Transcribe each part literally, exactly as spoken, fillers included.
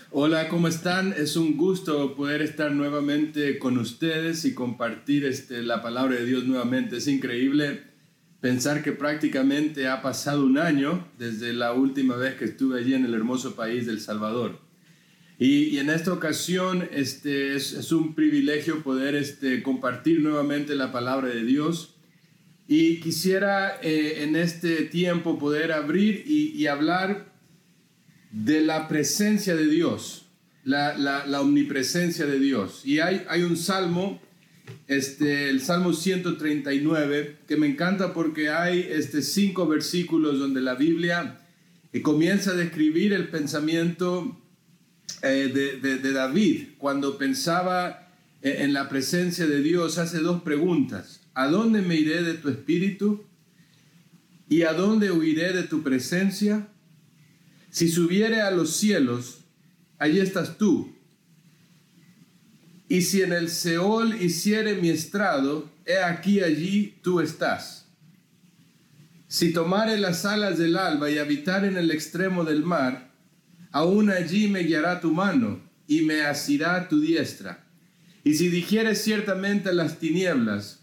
Hola, ¿cómo están? Es un gusto poder estar nuevamente con ustedes y compartir este, la palabra de Dios nuevamente. Es increíble pensar que prácticamente ha pasado un año desde la última vez que estuve allí en el hermoso país del Salvador. Y, y en esta ocasión este, es, es un privilegio poder este, compartir nuevamente la palabra de Dios. Y quisiera eh, en este tiempo poder abrir y, y hablar de la presencia de Dios, la, la, la omnipresencia de Dios. Y hay, hay un salmo, este, el Salmo ciento treinta y nueve, que me encanta porque hay este, cinco versículos donde la Biblia eh, comienza a describir el pensamiento eh, de, de, de David. Cuando pensaba eh, en la presencia de Dios, hace dos preguntas. ¿A dónde me iré de tu espíritu? ¿Y a dónde huiré de tu presencia? Si subiere a los cielos, allí estás tú. Y si en el Seol hiciere mi estrado, he aquí allí tú estás. Si tomare las alas del alba y habitar en el extremo del mar, aún allí me guiará tu mano y me asirá tu diestra. Y si dijere ciertamente las tinieblas,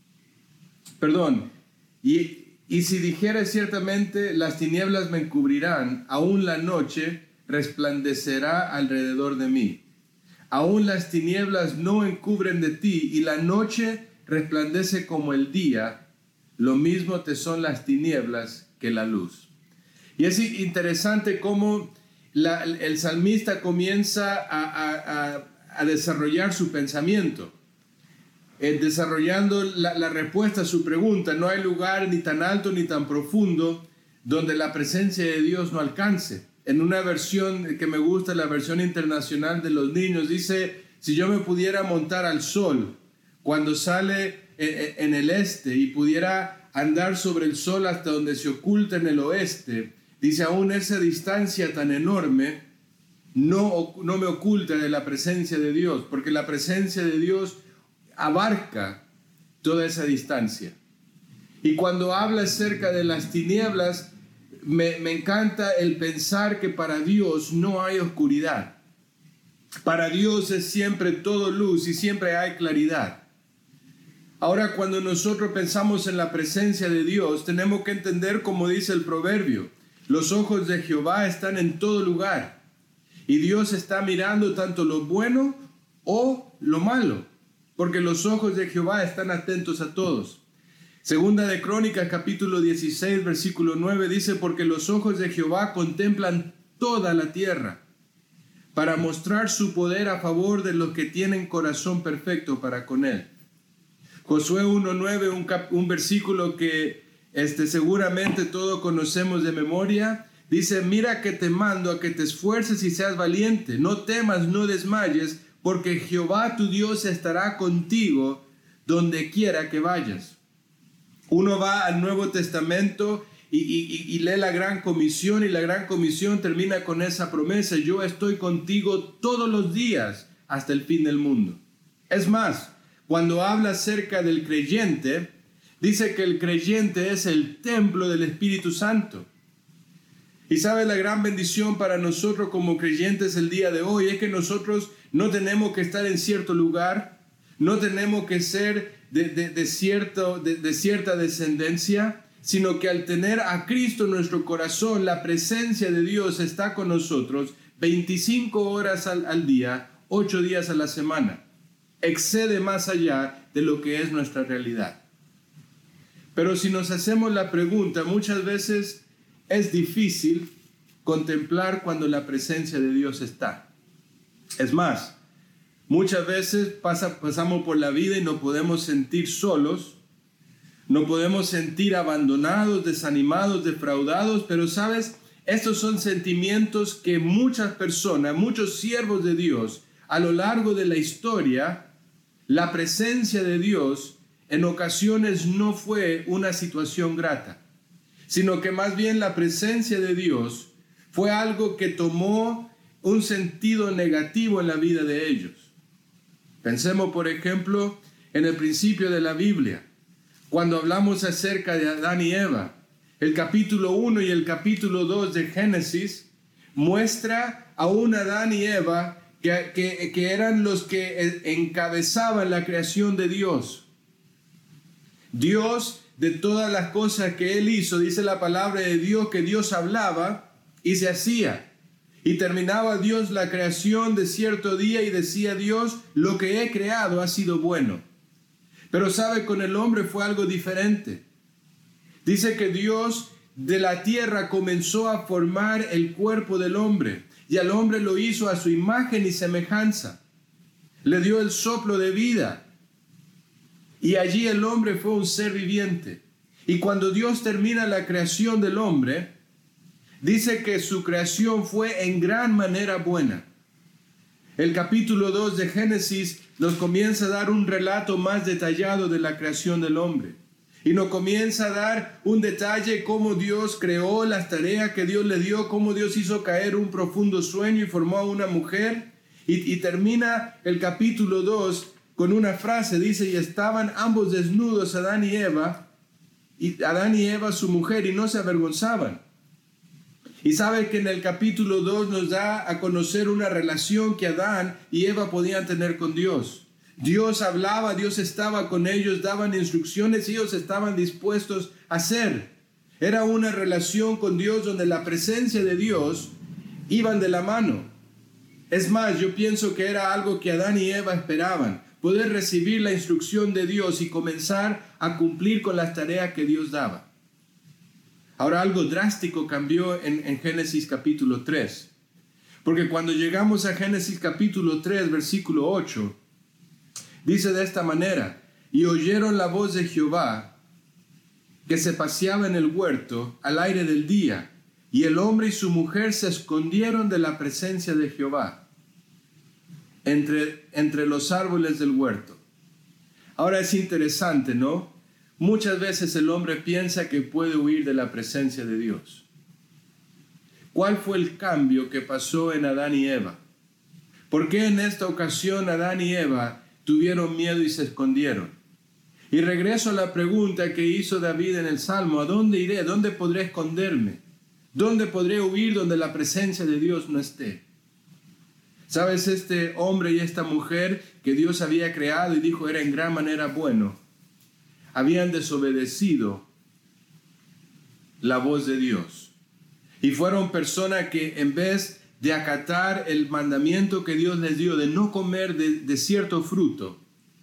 perdón, y Y si dijere ciertamente las tinieblas me encubrirán, aún la noche resplandecerá alrededor de mí. Aún las tinieblas no encubren de ti, y la noche resplandece como el día, lo mismo te son las tinieblas que la luz. Y es interesante cómo la, el salmista comienza a, a, a, a desarrollar su pensamiento. Eh, desarrollando la, la respuesta a su pregunta. No hay lugar ni tan alto ni tan profundo donde la presencia de Dios no alcance. En una versión que me gusta, la versión internacional de los niños, dice: si yo me pudiera montar al sol cuando sale en, en el este y pudiera andar sobre el sol hasta donde se oculta en el oeste, dice, aún esa distancia tan enorme no, no me oculta de la presencia de Dios, porque la presencia de Dios abarca toda esa distancia. Y cuando habla acerca de las tinieblas, me, me encanta el pensar que para Dios no hay oscuridad. Para Dios es siempre todo luz y siempre hay claridad. Ahora, cuando nosotros pensamos en la presencia de Dios, tenemos que entender, como dice el proverbio, los ojos de Jehová están en todo lugar, y Dios está mirando tanto lo bueno o lo malo, porque los ojos de Jehová están atentos a todos. Segunda de Crónicas, capítulo dieciséis, versículo nueve, dice: porque los ojos de Jehová contemplan toda la tierra, para mostrar su poder a favor de los que tienen corazón perfecto para con él. Josué uno nueve, un, cap- un versículo que este, seguramente todos conocemos de memoria, dice: mira que te mando a que te esfuerces y seas valiente, no temas, no desmayes, porque Jehová tu Dios estará contigo donde quiera que vayas. Uno va al Nuevo Testamento y, y, y lee la Gran Comisión, y la Gran Comisión termina con esa promesa: yo estoy contigo todos los días hasta el fin del mundo. Es más, cuando habla acerca del creyente, dice que el creyente es el templo del Espíritu Santo. Y sabe, la gran bendición para nosotros como creyentes el día de hoy es que nosotros no tenemos que estar en cierto lugar, no tenemos que ser de, de, de, cierto, de, de cierta descendencia, sino que al tener a Cristo en nuestro corazón, la presencia de Dios está con nosotros veinticinco horas al, al día, ocho días a la semana. Excede más allá de lo que es nuestra realidad. Pero si nos hacemos la pregunta, muchas veces es difícil contemplar cuando la presencia de Dios está. Es más, muchas veces pasa, pasamos por la vida y nos podemos sentir solos, nos podemos sentir abandonados, desanimados, defraudados, pero ¿sabes? Estos son sentimientos que muchas personas, muchos siervos de Dios, a lo largo de la historia, la presencia de Dios en ocasiones no fue una situación grata, sino que más bien la presencia de Dios fue algo que tomó un sentido negativo en la vida de ellos. Pensemos, por ejemplo, en el principio de la Biblia, cuando hablamos acerca de Adán y Eva. El capítulo uno y el capítulo dos de Génesis muestra aún Adán y Eva, que, que, que eran los que encabezaban la creación de Dios. Dios, de todas las cosas que Él hizo, dice la palabra de Dios, que Dios hablaba y se hacía. Y terminaba Dios la creación de cierto día y decía Dios, lo que he creado ha sido bueno. Pero sabe, con el hombre fue algo diferente. Dice que Dios de la tierra comenzó a formar el cuerpo del hombre, y al hombre lo hizo a su imagen y semejanza. Le dio el soplo de vida, y allí el hombre fue un ser viviente. Y cuando Dios termina la creación del hombre, dice que su creación fue en gran manera buena. El capítulo dos de Génesis nos comienza a dar un relato más detallado de la creación del hombre. Y nos comienza a dar un detalle cómo Dios creó las tareas que Dios le dio, cómo Dios hizo caer un profundo sueño y formó a una mujer. Y, y termina el capítulo dos con una frase, dice, y estaban ambos desnudos, Adán y Eva, y Adán y Eva su mujer, y no se avergonzaban. Y sabe que en el capítulo dos nos da a conocer una relación que Adán y Eva podían tener con Dios. Dios hablaba, Dios estaba con ellos, daban instrucciones y ellos estaban dispuestos a hacer. Era una relación con Dios donde la presencia de Dios iban de la mano. Es más, yo pienso que era algo que Adán y Eva esperaban, poder recibir la instrucción de Dios y comenzar a cumplir con las tareas que Dios daba. Ahora algo drástico cambió en, en Génesis capítulo tres. Porque cuando llegamos a Génesis capítulo tres, versículo ocho, dice de esta manera, y oyeron la voz de Jehová, que se paseaba en el huerto al aire del día, y el hombre y su mujer se escondieron de la presencia de Jehová, entre, entre los árboles del huerto. Ahora es interesante, ¿no? Muchas veces el hombre piensa que puede huir de la presencia de Dios. ¿Cuál fue el cambio que pasó en Adán y Eva? ¿Por qué en esta ocasión Adán y Eva tuvieron miedo y se escondieron? Y regreso a la pregunta que hizo David en el Salmo, ¿a dónde iré? ¿Dónde podré esconderme? ¿Dónde podré huir donde la presencia de Dios no esté? ¿Sabes? Este hombre y esta mujer que Dios había creado y dijo era en gran manera bueno, habían desobedecido la voz de Dios. Y fueron personas que en vez de acatar el mandamiento que Dios les dio de no comer de, de cierto fruto,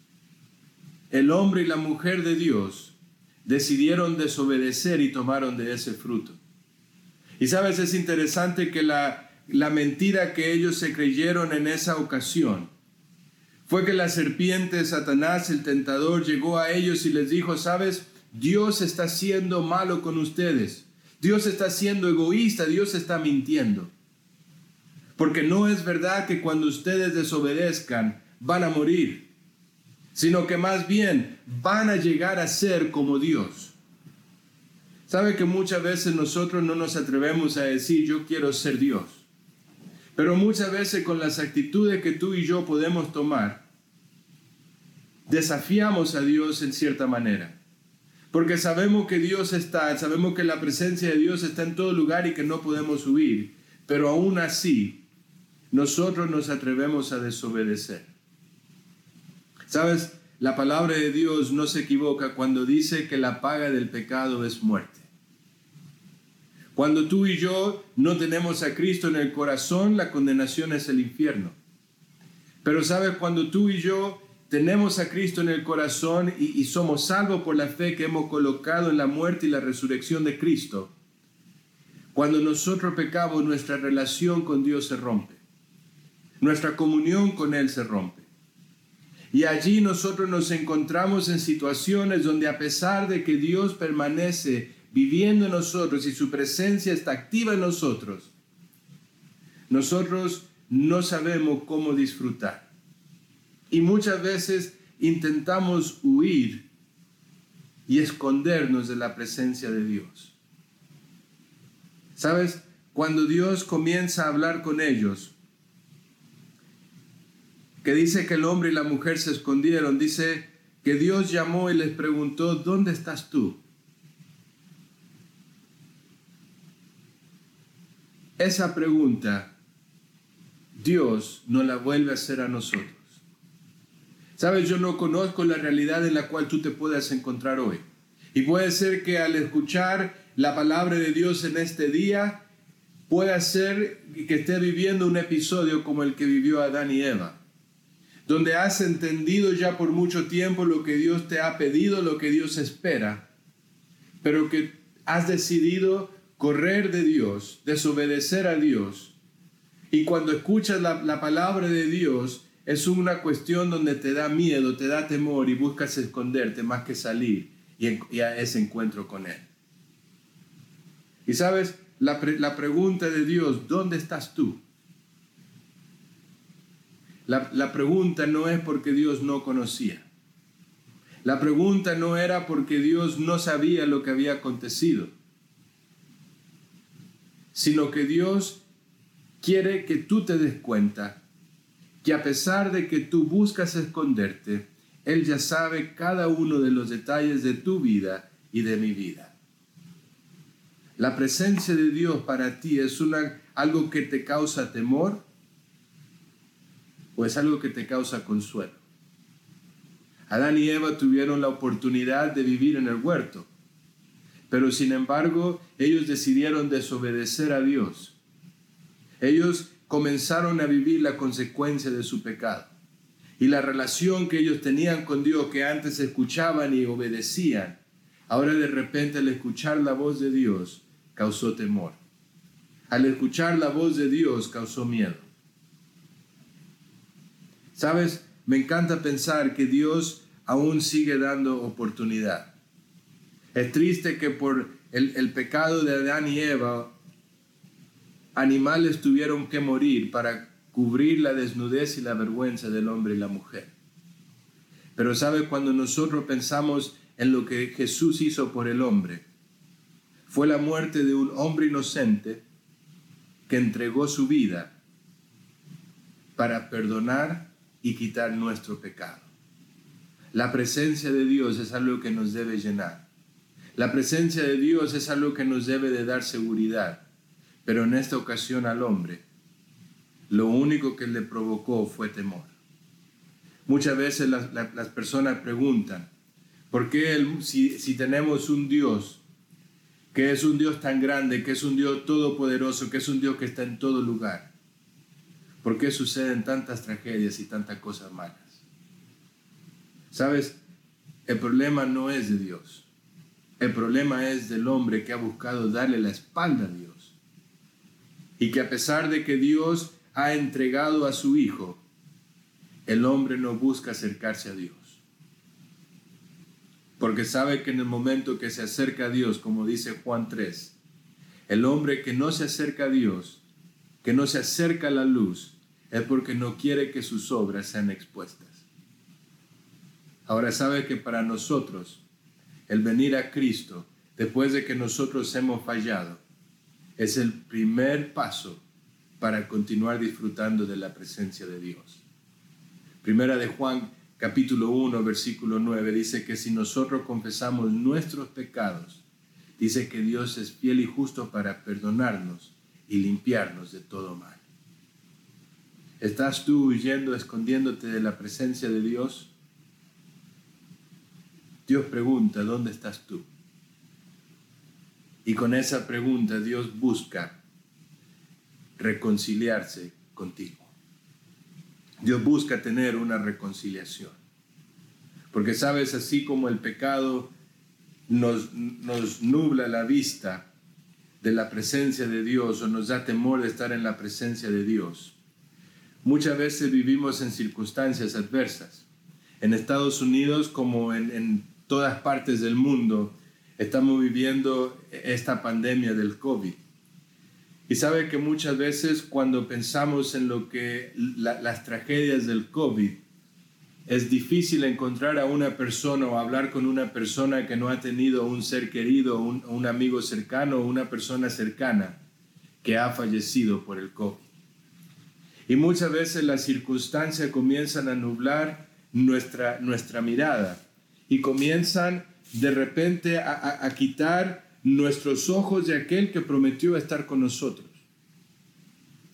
el hombre y la mujer de Dios decidieron desobedecer y tomaron de ese fruto. Y sabes, es interesante que la, la mentira que ellos se creyeron en esa ocasión fue que la serpiente, Satanás, el tentador, llegó a ellos y les dijo, ¿sabes? Dios está siendo malo con ustedes. Dios está siendo egoísta, Dios está mintiendo. Porque no es verdad que cuando ustedes desobedezcan van a morir, sino que más bien van a llegar a ser como Dios. ¿Sabe que muchas veces nosotros no nos atrevemos a decir yo quiero ser Dios? Pero muchas veces con las actitudes que tú y yo podemos tomar, desafiamos a Dios en cierta manera. Porque sabemos que Dios está, sabemos que la presencia de Dios está en todo lugar y que no podemos huir. Pero aún así, nosotros nos atrevemos a desobedecer. ¿Sabes? La palabra de Dios no se equivoca cuando dice que la paga del pecado es muerte. Cuando tú y yo no tenemos a Cristo en el corazón, la condenación es el infierno. Pero ¿sabes? Cuando tú y yo tenemos a Cristo en el corazón y, y somos salvos por la fe que hemos colocado en la muerte y la resurrección de Cristo, cuando nosotros pecamos, nuestra relación con Dios se rompe. Nuestra comunión con Él se rompe. Y allí nosotros nos encontramos en situaciones donde a pesar de que Dios permanece viviendo en nosotros y su presencia está activa en nosotros, nosotros no sabemos cómo disfrutar. Y muchas veces intentamos huir y escondernos de la presencia de Dios. ¿Sabes? Cuando Dios comienza a hablar con ellos, que dice que el hombre y la mujer se escondieron, dice que Dios llamó y les preguntó, ¿dónde estás tú? Esa pregunta Dios nos la vuelve a hacer a nosotros. Sabes, yo no conozco la realidad en la cual tú te puedas encontrar hoy. Y puede ser que al escuchar la palabra de Dios en este día, pueda ser que estés viviendo un episodio como el que vivió Adán y Eva, donde has entendido ya por mucho tiempo lo que Dios te ha pedido, lo que Dios espera, pero que has decidido correr de Dios, desobedecer a Dios. Y cuando escuchas la, la palabra de Dios, es una cuestión donde te da miedo, te da temor y buscas esconderte más que salir y, en, y a ese encuentro con Él. Y sabes, la, pre, la pregunta de Dios, ¿dónde estás tú? La, la pregunta no es porque Dios no conocía. La pregunta no era porque Dios no sabía lo que había acontecido, sino que Dios quiere que tú te des cuenta que a pesar de que tú buscas esconderte, Él ya sabe cada uno de los detalles de tu vida y de mi vida. La presencia de Dios para ti es una, algo que te causa temor o es algo que te causa consuelo. Adán y Eva tuvieron la oportunidad de vivir en el huerto, pero sin embargo ellos decidieron desobedecer a Dios. Ellos comenzaron a vivir la consecuencia de su pecado. Y la relación que ellos tenían con Dios, que antes escuchaban y obedecían, ahora de repente al escuchar la voz de Dios causó temor. Al escuchar la voz de Dios causó miedo. ¿Sabes? Me encanta pensar que Dios aún sigue dando oportunidad. Es triste que por el, el pecado de Adán y Eva, animales tuvieron que morir para cubrir la desnudez y la vergüenza del hombre y la mujer. Pero ¿sabe? Cuando nosotros pensamos en lo que Jesús hizo por el hombre, fue la muerte de un hombre inocente que entregó su vida para perdonar y quitar nuestro pecado. La presencia de Dios es algo que nos debe llenar. La presencia de Dios es algo que nos debe de dar seguridad. Pero en esta ocasión al hombre, lo único que le provocó fue temor. Muchas veces las, las, las personas preguntan, ¿por qué el, si, si tenemos un Dios que es un Dios tan grande, que es un Dios todopoderoso, que es un Dios que está en todo lugar, ¿por qué suceden tantas tragedias y tantas cosas malas? ¿Sabes? El problema no es de Dios. El problema es del hombre que ha buscado darle la espalda a Dios. Y que a pesar de que Dios ha entregado a su Hijo, el hombre no busca acercarse a Dios. Porque sabe que en el momento que se acerca a Dios, como dice Juan tres, el hombre que no se acerca a Dios, que no se acerca a la luz, es porque no quiere que sus obras sean expuestas. Ahora sabe que para nosotros, el venir a Cristo, después de que nosotros hemos fallado, es el primer paso para continuar disfrutando de la presencia de Dios. Primera de Juan, capítulo uno, versículo nueve, dice que si nosotros confesamos nuestros pecados, dice que Dios es fiel y justo para perdonarnos y limpiarnos de todo mal. ¿Estás tú huyendo, escondiéndote de la presencia de Dios? Dios pregunta, ¿dónde estás tú? Y con esa pregunta Dios busca reconciliarse contigo. Dios busca tener una reconciliación. Porque sabes, así como el pecado nos, nos nubla la vista de la presencia de Dios o nos da temor de estar en la presencia de Dios, muchas veces vivimos en circunstancias adversas. En Estados Unidos, como en, en todas partes del mundo, estamos viviendo esta pandemia del COVID. Y sabe que muchas veces cuando pensamos en lo que la, las tragedias del COVID, es difícil encontrar a una persona o hablar con una persona que no ha tenido un ser querido, un, un amigo cercano o una persona cercana que ha fallecido por el COVID. Y muchas veces las circunstancias comienzan a nublar nuestra, nuestra mirada y comienzan de repente a, a, a quitar nuestros ojos de aquel que prometió estar con nosotros.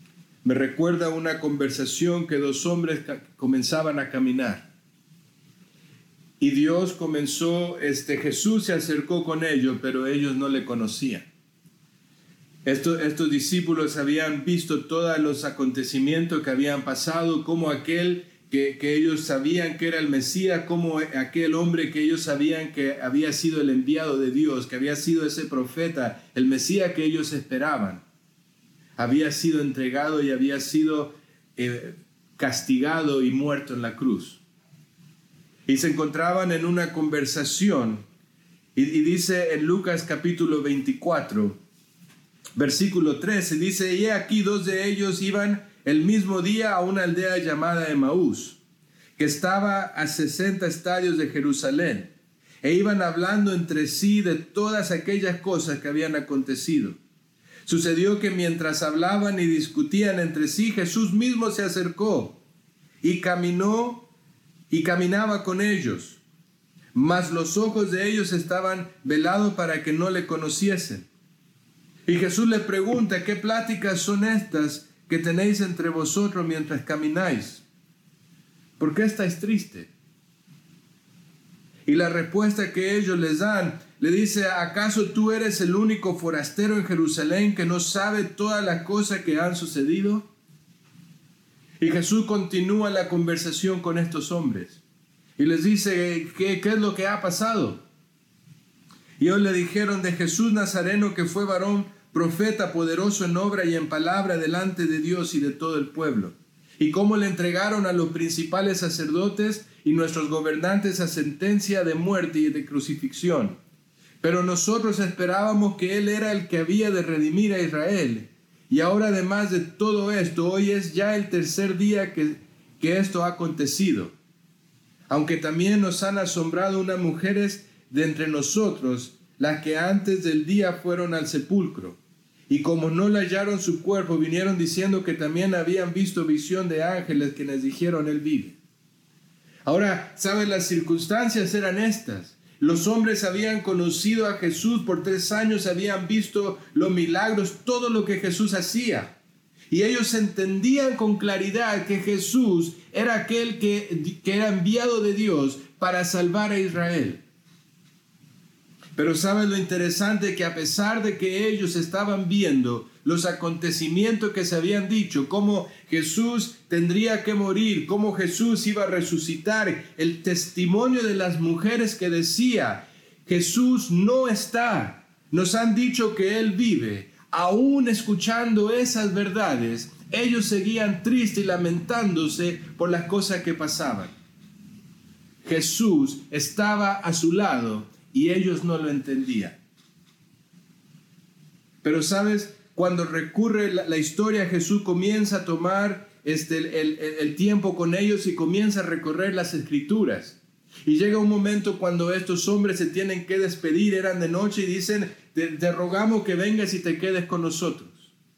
Me recuerda una conversación que dos hombres ca- comenzaban a caminar. Y Dios comenzó, este, Jesús se acercó con ellos, pero ellos no le conocían. Estos, estos discípulos habían visto todos los acontecimientos que habían pasado, como aquel que, que ellos sabían que era el Mesías, como aquel hombre que ellos sabían que había sido el enviado de Dios, que había sido ese profeta, el Mesías que ellos esperaban, había sido entregado y había sido eh, castigado y muerto en la cruz. Y se encontraban en una conversación, y, y dice en Lucas capítulo veinticuatro, versículo trece, dice, y aquí dos de ellos iban el mismo día a una aldea llamada Emaús, que estaba a sesenta estadios de Jerusalén, e iban hablando entre sí de todas aquellas cosas que habían acontecido. Sucedió que mientras hablaban y discutían entre sí, Jesús mismo se acercó y caminó y caminaba con ellos, mas los ojos de ellos estaban velados para que no le conociesen. Y Jesús les pregunta, ¿qué pláticas son estas que tenéis entre vosotros mientras camináis? ¿Por qué estáis tristes? Y la respuesta que ellos les dan, le dice, ¿acaso tú eres el único forastero en Jerusalén que no sabe todas las cosas que han sucedido? Y Jesús continúa la conversación con estos hombres y les dice, ¿qué, qué es lo que ha pasado? Y ellos le dijeron de Jesús Nazareno, que fue varón profeta, poderoso en obra y en palabra delante de Dios y de todo el pueblo, y cómo le entregaron a los principales sacerdotes y nuestros gobernantes a sentencia de muerte y de crucifixión. Pero nosotros esperábamos que Él era el que había de redimir a Israel. Y ahora, además de todo esto, hoy es ya el tercer día que, que esto ha acontecido. Aunque también nos han asombrado unas mujeres de entre nosotros, las que antes del día fueron al sepulcro. Y como no le hallaron su cuerpo, vinieron diciendo que también habían visto visión de ángeles que les dijeron, Él vive. Ahora, ¿sabes? Las circunstancias eran estas. Los hombres habían conocido a Jesús por tres años, habían visto los milagros, todo lo que Jesús hacía. Y ellos entendían con claridad que Jesús era aquel que, que era enviado de Dios para salvar a Israel. Pero ¿sabes lo interesante? Que a pesar de que ellos estaban viendo los acontecimientos que se habían dicho, cómo Jesús tendría que morir, cómo Jesús iba a resucitar, el testimonio de las mujeres que decía, Jesús no está, nos han dicho que Él vive. Aún escuchando esas verdades, ellos seguían tristes y lamentándose por las cosas que pasaban. Jesús estaba a su lado y ellos no lo entendían. Pero ¿sabes? Cuando recurre la, la historia, Jesús comienza a tomar este, el, el, el tiempo con ellos y comienza a recorrer las Escrituras. Y llega un momento cuando estos hombres se tienen que despedir, eran de noche, y dicen, te, te rogamos que vengas y te quedes con nosotros.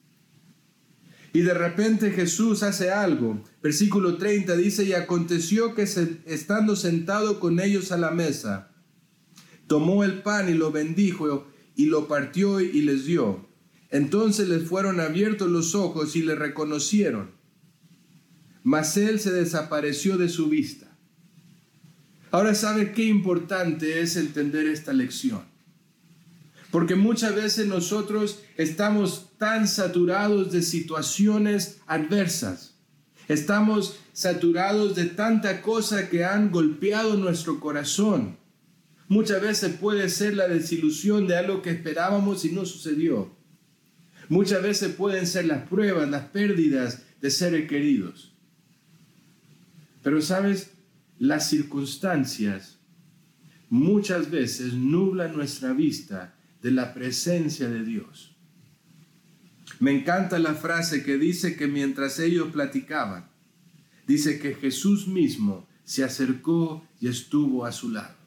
Y de repente Jesús hace algo. Versículo treinta dice, y aconteció que se, estando sentado con ellos a la mesa, tomó el pan y lo bendijo y lo partió y les dio. Entonces les fueron abiertos los ojos y le reconocieron. Mas él se desapareció de su vista. Ahora, ¿sabe qué importante es entender esta lección? Porque muchas veces nosotros estamos tan saturados de situaciones adversas. Estamos saturados de tanta cosa que han golpeado nuestro corazón. Muchas veces puede ser la desilusión de algo que esperábamos y no sucedió. Muchas veces pueden ser las pruebas, las pérdidas de seres queridos. Pero, ¿sabes? Las circunstancias muchas veces nublan nuestra vista de la presencia de Dios. Me encanta la frase que dice que mientras ellos platicaban, dice que Jesús mismo se acercó y estuvo a su lado.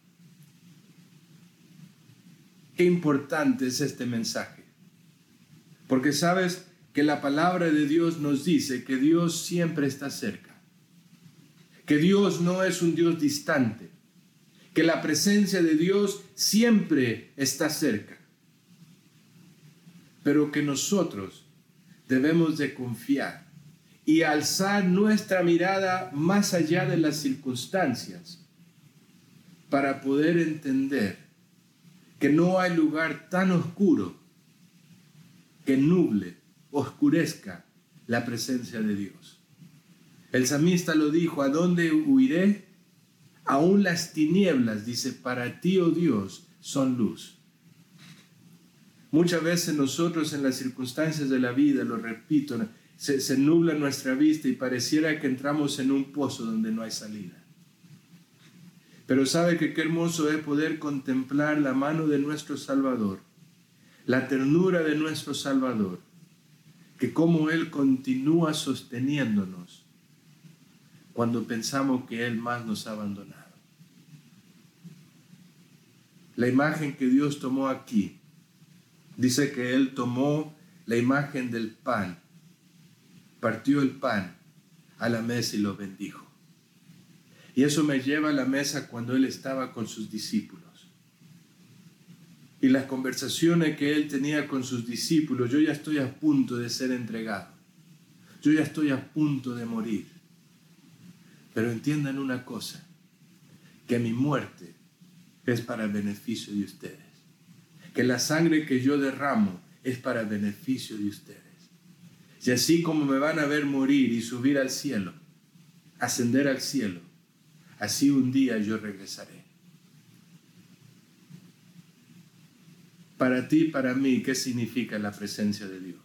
Qué importante es este mensaje. Porque sabes que la palabra de Dios nos dice que Dios siempre está cerca. Que Dios no es un Dios distante. Que la presencia de Dios siempre está cerca. Pero que nosotros debemos de confiar y alzar nuestra mirada más allá de las circunstancias para poder entender que no hay lugar tan oscuro que nuble, oscurezca la presencia de Dios. El salmista lo dijo: ¿a dónde huiré? Aún las tinieblas, dice, para ti, oh Dios, son luz. Muchas veces nosotros en las circunstancias de la vida, lo repito, se, se nubla nuestra vista y pareciera que entramos en un pozo donde no hay salida. Pero sabe que qué hermoso es poder contemplar la mano de nuestro Salvador, la ternura de nuestro Salvador, que como Él continúa sosteniéndonos cuando pensamos que Él más nos ha abandonado. La imagen que Dios tomó aquí, dice que Él tomó la imagen del pan, partió el pan a la mesa y lo bendijo. Y eso me lleva a la mesa cuando Él estaba con sus discípulos. Y las conversaciones que Él tenía con sus discípulos: yo ya estoy a punto de ser entregado. Yo ya estoy a punto de morir. Pero entiendan una cosa, que mi muerte es para el beneficio de ustedes. Que la sangre que yo derramo es para el beneficio de ustedes. Y así como me van a ver morir y subir al cielo, ascender al cielo, así un día yo regresaré. Para ti y para mí, ¿qué significa la presencia de Dios?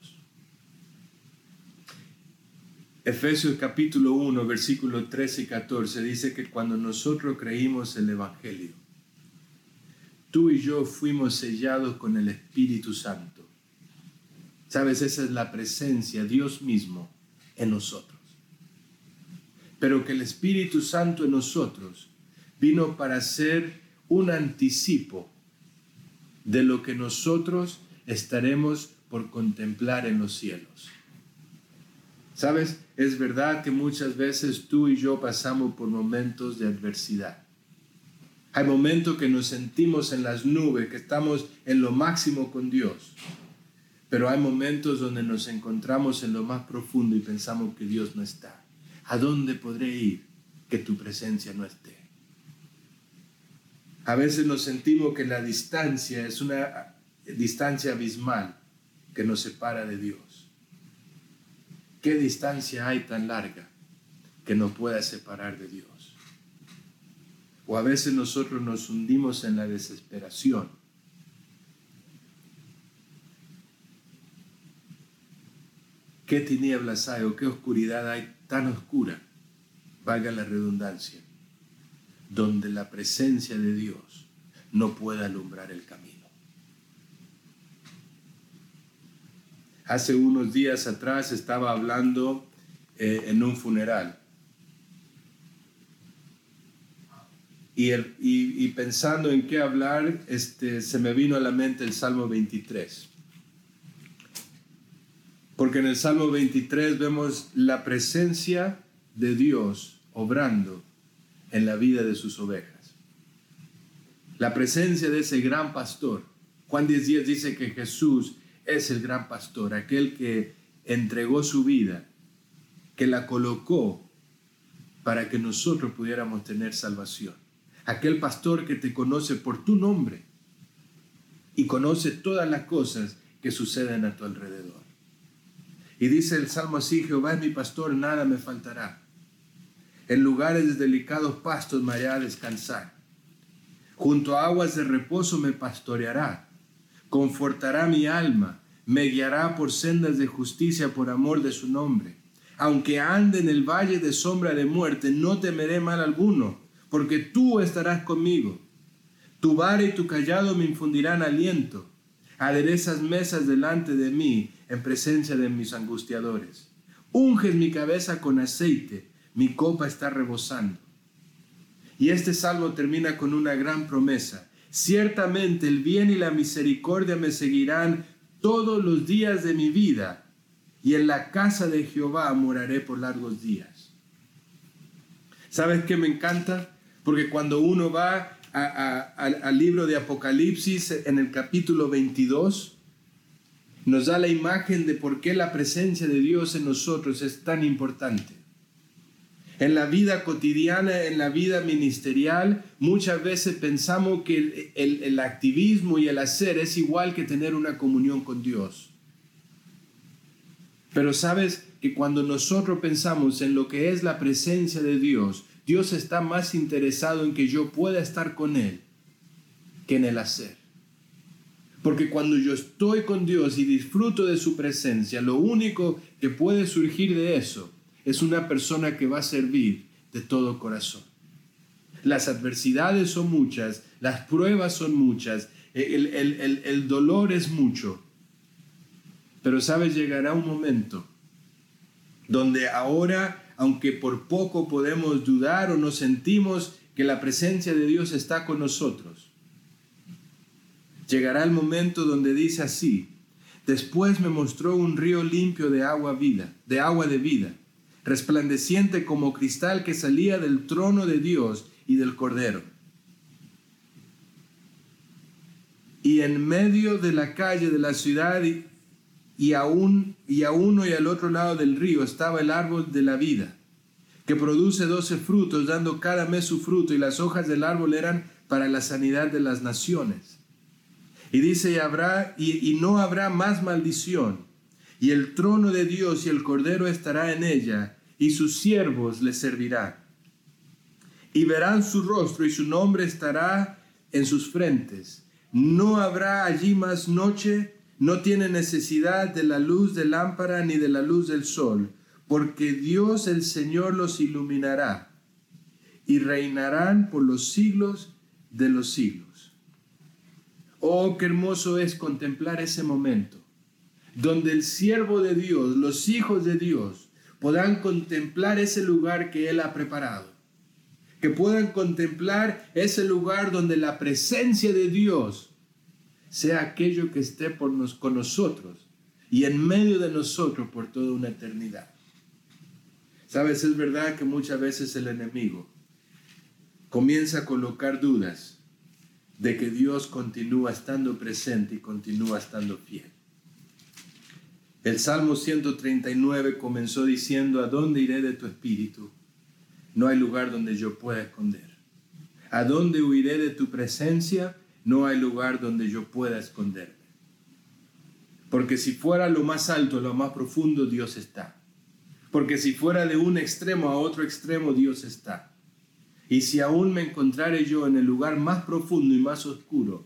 Efesios capítulo uno, versículos trece y catorce dice que cuando nosotros creímos el Evangelio, tú y yo fuimos sellados con el Espíritu Santo. ¿Sabes? Esa es la presencia, Dios mismo, en nosotros. Pero que el Espíritu Santo en nosotros vino para ser un anticipo de lo que nosotros estaremos por contemplar en los cielos. ¿Sabes? Es verdad que muchas veces tú y yo pasamos por momentos de adversidad. Hay momentos que nos sentimos en las nubes, que estamos en lo máximo con Dios. Pero hay momentos donde nos encontramos en lo más profundo y pensamos que Dios no está. ¿A dónde podré ir que tu presencia no esté? A veces nos sentimos que la distancia es una distancia abismal que nos separa de Dios. ¿Qué distancia hay tan larga que nos pueda separar de Dios? O a veces nosotros nos hundimos en la desesperación. ¿Qué tinieblas hay o qué oscuridad hay tan oscura, valga la redundancia, donde la presencia de Dios no puede alumbrar el camino? Hace unos días atrás estaba hablando eh, en un funeral y, el, y, y pensando en qué hablar, este, se me vino a la mente el Salmo veintitrés. Porque en el Salmo veintitrés vemos la presencia de Dios obrando en la vida de sus ovejas. La presencia de ese gran pastor. Juan diez diez dice que Jesús es el gran pastor, aquel que entregó su vida, que la colocó para que nosotros pudiéramos tener salvación. Aquel pastor que te conoce por tu nombre y conoce todas las cosas que suceden a tu alrededor. Y dice el Salmo así: Jehová es mi pastor, nada me faltará. En lugares de delicados pastos me hará descansar. Junto a aguas de reposo me pastoreará. Confortará mi alma, me guiará por sendas de justicia por amor de su nombre. Aunque ande en el valle de sombra de muerte, no temeré mal alguno, porque tú estarás conmigo. Tu vara y tu cayado me infundirán aliento. Aderezas mesas delante de mí en presencia de mis angustiadores. Unges mi cabeza con aceite, mi copa está rebosando. Y este salmo termina con una gran promesa. Ciertamente el bien y la misericordia me seguirán todos los días de mi vida, y en la casa de Jehová moraré por largos días. ¿Sabes qué me encanta? Porque cuando uno va a, a, a, al libro de Apocalipsis, en el capítulo veintidós, nos da la imagen de por qué la presencia de Dios en nosotros es tan importante. En la vida cotidiana, en la vida ministerial, muchas veces pensamos que el, el, el activismo y el hacer es igual que tener una comunión con Dios. Pero sabes que cuando nosotros pensamos en lo que es la presencia de Dios, Dios está más interesado en que yo pueda estar con Él que en el hacer. Porque cuando yo estoy con Dios y disfruto de su presencia, lo único que puede surgir de eso es una persona que va a servir de todo corazón. Las adversidades son muchas, las pruebas son muchas, el, el, el, el dolor es mucho. Pero sabes, llegará un momento donde ahora, aunque por poco podemos dudar o nos sentimos que la presencia de Dios está con nosotros, llegará el momento donde dice así: después me mostró un río limpio de agua vida, de agua de vida, resplandeciente como cristal que salía del trono de Dios y del Cordero. Y en medio de la calle de la ciudad y, y, a un, y a uno y al otro lado del río estaba el árbol de la vida, que produce doce frutos, dando cada mes su fruto, y las hojas del árbol eran para la sanidad de las naciones. Y dice, y, habrá, y, y no habrá más maldición, y el trono de Dios y el Cordero estará en ella, y sus siervos le servirán. Y verán su rostro, y su nombre estará en sus frentes. No habrá allí más noche, no tiene necesidad de la luz de lámpara ni de la luz del sol, porque Dios el Señor los iluminará, y reinarán por los siglos de los siglos. Oh, qué hermoso es contemplar ese momento, donde el siervo de Dios, los hijos de Dios, puedan contemplar ese lugar que Él ha preparado. Que puedan contemplar ese lugar donde la presencia de Dios sea aquello que esté por nos, con nosotros y en medio de nosotros por toda una eternidad. Sabes, es verdad que muchas veces el enemigo comienza a colocar dudas de que Dios continúa estando presente y continúa estando fiel. El Salmo ciento treinta y nueve comenzó diciendo: ¿a dónde iré de tu espíritu? No hay lugar donde yo pueda esconder. ¿A dónde huiré de tu presencia? No hay lugar donde yo pueda esconderme. Porque si fuera lo más alto, lo más profundo, Dios está. Porque si fuera de un extremo a otro extremo, Dios está. Y si aún me encontrare yo en el lugar más profundo y más oscuro,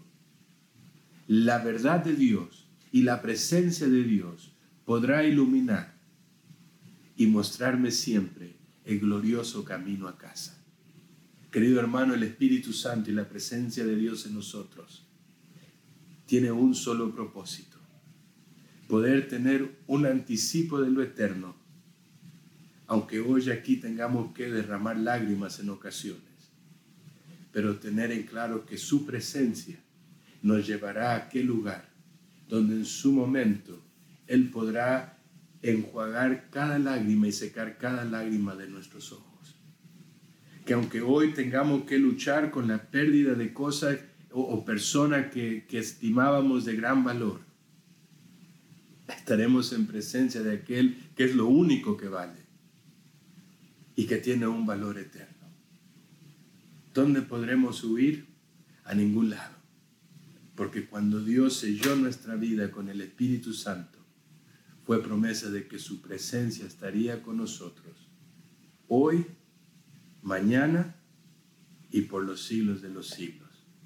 la verdad de Dios y la presencia de Dios podrá iluminar y mostrarme siempre el glorioso camino a casa. Querido hermano, el Espíritu Santo y la presencia de Dios en nosotros tiene un solo propósito: poder tener un anticipo de lo eterno, aunque hoy aquí tengamos que derramar lágrimas en ocasiones, pero tener en claro que su presencia nos llevará a aquel lugar donde en su momento Él podrá enjuagar cada lágrima y secar cada lágrima de nuestros ojos. Que aunque hoy tengamos que luchar con la pérdida de cosas o, o personas que, que estimábamos de gran valor, estaremos en presencia de aquel que es lo único que vale y que tiene un valor eterno. ¿Dónde podremos huir? A ningún lado. Porque cuando Dios selló nuestra vida con el Espíritu Santo, fue promesa de que su presencia estaría con nosotros hoy, mañana y por los siglos de los siglos.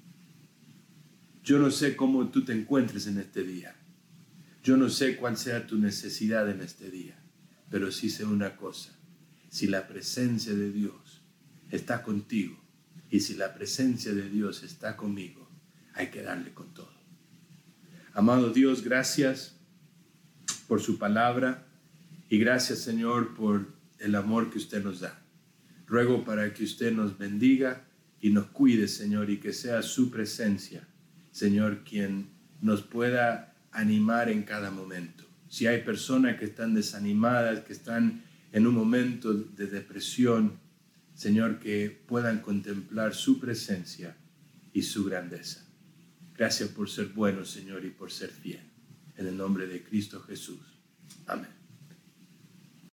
Yo no sé cómo tú te encuentres en este día. Yo no sé cuál sea tu necesidad en este día, pero sí sé una cosa: si la presencia de Dios está contigo y si la presencia de Dios está conmigo, hay que darle con todo. Amado Dios, gracias por su palabra y gracias, Señor, por el amor que usted nos da. Ruego para que usted nos bendiga y nos cuide, Señor, y que sea su presencia, Señor, quien nos pueda animar en cada momento. Si hay personas que están desanimadas, que están en un momento de depresión, Señor, que puedan contemplar su presencia y su grandeza. Gracias por ser bueno, Señor, y por ser fiel. en el nombre de Cristo Jesús. Amén.